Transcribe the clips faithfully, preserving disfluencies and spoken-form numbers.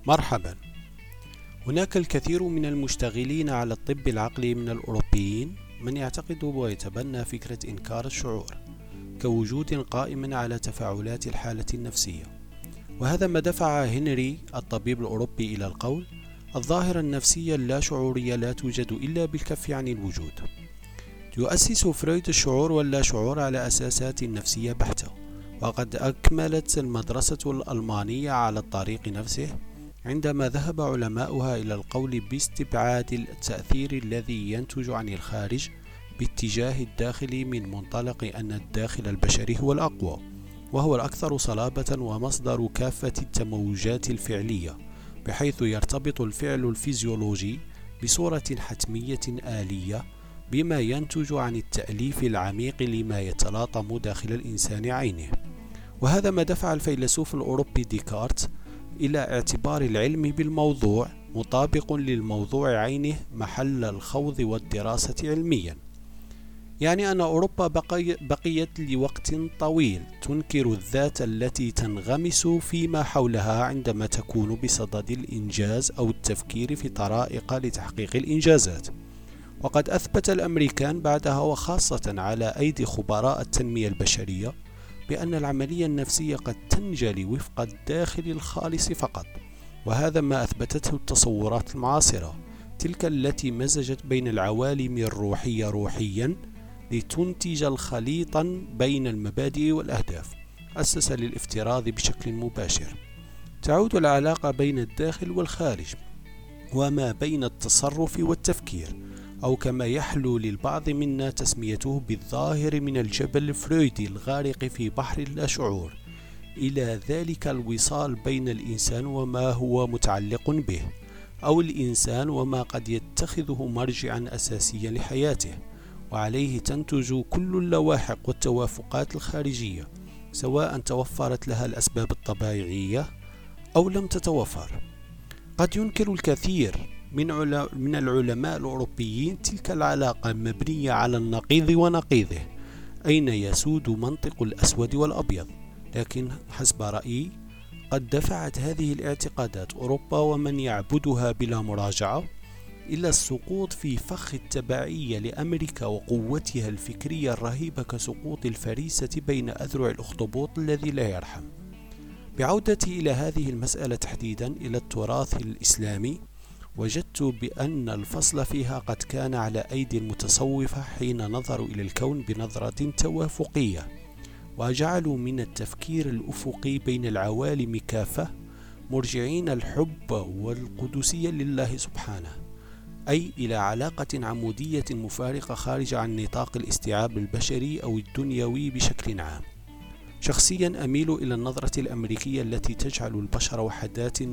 مرحبا. هناك الكثير من المشتغلين على الطب العقلي من الأوروبيين من يعتقد ويتبنى فكرة إنكار الشعور كوجود قائم على تفاعلات الحالة النفسية، وهذا ما دفع هنري الطبيب الأوروبي إلى القول: الظاهرة النفسية اللاشعورية لا توجد إلا بالكف عن الوجود. يؤسس فرويد الشعور واللاشعور على أساسات نفسية بحتة، وقد أكملت المدرسة الألمانية على الطريق نفسه عندما ذهب علماؤها إلى القول باستبعاد التأثير الذي ينتج عن الخارج باتجاه الداخل من منطلق أن الداخل البشري هو الأقوى، وهو الأكثر صلابة ومصدر كافة التموجات الفعلية، بحيث يرتبط الفعل الفيزيولوجي بصورة حتمية آلية بما ينتج عن التأليف العميق لما يتلاطم داخل الإنسان عينه. وهذا ما دفع الفيلسوف الأوروبي ديكارت إلى اعتبار العلم بالموضوع مطابق للموضوع عينه محل الخوض والدراسة علميا. يعني أن أوروبا بقي بقيت لوقت طويل تنكر الذات التي تنغمس فيما حولها عندما تكون بصدد الإنجاز أو التفكير في طرائق لتحقيق الإنجازات. وقد أثبت الأمريكان بعدها، وخاصة على أيدي خبراء التنمية البشرية، بأن العملية النفسية قد تنجلي وفق الداخل الخالص فقط، وهذا ما أثبتته التصورات المعاصرة، تلك التي مزجت بين العوالم الروحية روحيا لتنتج الخليطا بين المبادئ والأهداف، أسس للافتراض بشكل مباشر. تعود العلاقة بين الداخل والخارج، وما بين التصرف والتفكير، أو كما يحلو للبعض منا تسميته بالظاهر من الجبل الفرويدي الغارق في بحر اللاشعور، إلى ذلك الوصال بين الإنسان وما هو متعلق به، أو الإنسان وما قد يتخذه مرجعا أساسيا لحياته، وعليه تنتج كل اللواحق والتوافقات الخارجية، سواء توفرت لها الأسباب الطبيعية أو لم تتوفر. قد ينكر الكثير من من العلماء الأوروبيين تلك العلاقة المبنية على النقيض ونقيضه، أين يسود منطق الأسود والأبيض، لكن حسب رأيي قد دفعت هذه الاعتقادات أوروبا ومن يعبدها بلا مراجعة إلى السقوط في فخ التبعية لأمريكا وقوتها الفكرية الرهيبة كسقوط الفريسة بين أذرع الأخطبوط الذي لا يرحم. بعودتي إلى هذه المسألة تحديدا، إلى التراث الإسلامي، وجدت بأن الفصل فيها قد كان على أيدي المتصوفة حين نظروا إلى الكون بنظرة توافقية، وجعلوا من التفكير الأفقي بين العوالم كافة مرجعين الحب والقدسية لله سبحانه، أي إلى علاقة عمودية مفارقة خارج عن نطاق الاستيعاب البشري أو الدنيوي بشكل عام. شخصيا أميل إلى النظرة الأمريكية التي تجعل البشر وحدات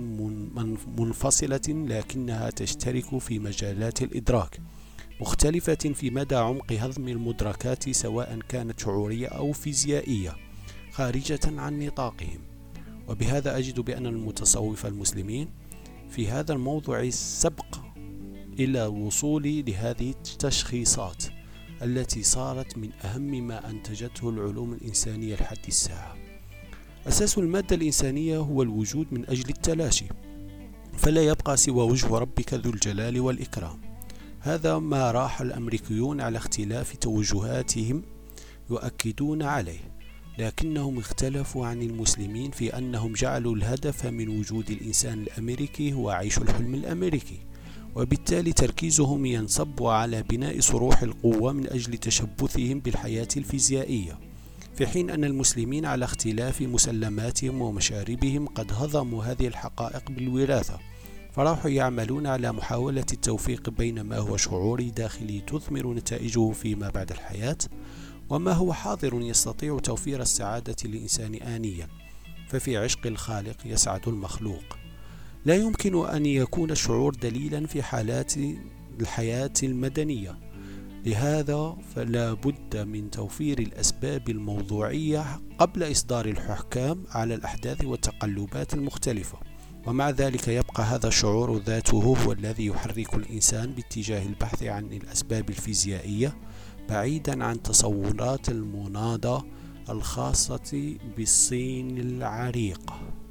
منفصلة لكنها تشترك في مجالات الإدراك، مختلفة في مدى عمق هضم المدركات سواء كانت شعورية أو فيزيائية، خارجة عن نطاقهم. وبهذا أجد بأن المتصوفة المسلمين في هذا الموضوع سبق إلى الوصول لهذه التشخيصات التي صارت من أهم ما أنتجته العلوم الإنسانية لحد الساعة. أساس المادة الإنسانية هو الوجود من أجل التلاشي، فلا يبقى سوى وجه ربك ذو الجلال والإكرام. هذا ما راح الأمريكيون على اختلاف توجهاتهم يؤكدون عليه، لكنهم اختلفوا عن المسلمين في أنهم جعلوا الهدف من وجود الإنسان الأمريكي هو عيش الحلم الأمريكي، وبالتالي تركيزهم ينصب على بناء صروح القوة من أجل تشبثهم بالحياة الفيزيائية، في حين أن المسلمين على اختلاف مسلماتهم ومشاربهم قد هضموا هذه الحقائق بالوراثة، فراحوا يعملون على محاولة التوفيق بين ما هو شعوري داخلي تثمر نتائجه فيما بعد الحياة، وما هو حاضر يستطيع توفير السعادة للإنسان آنيا، ففي عشق الخالق يسعد المخلوق. لا يمكن أن يكون الشعور دليلا في حالات الحياة المدنية، لهذا فلا بد من توفير الأسباب الموضوعية قبل إصدار الحكام على الأحداث والتقلبات المختلفة. ومع ذلك يبقى هذا الشعور ذاته هو الذي يحرك الإنسان باتجاه البحث عن الأسباب الفيزيائية، بعيدا عن تصورات المناضة الخاصة بالصين العريقة.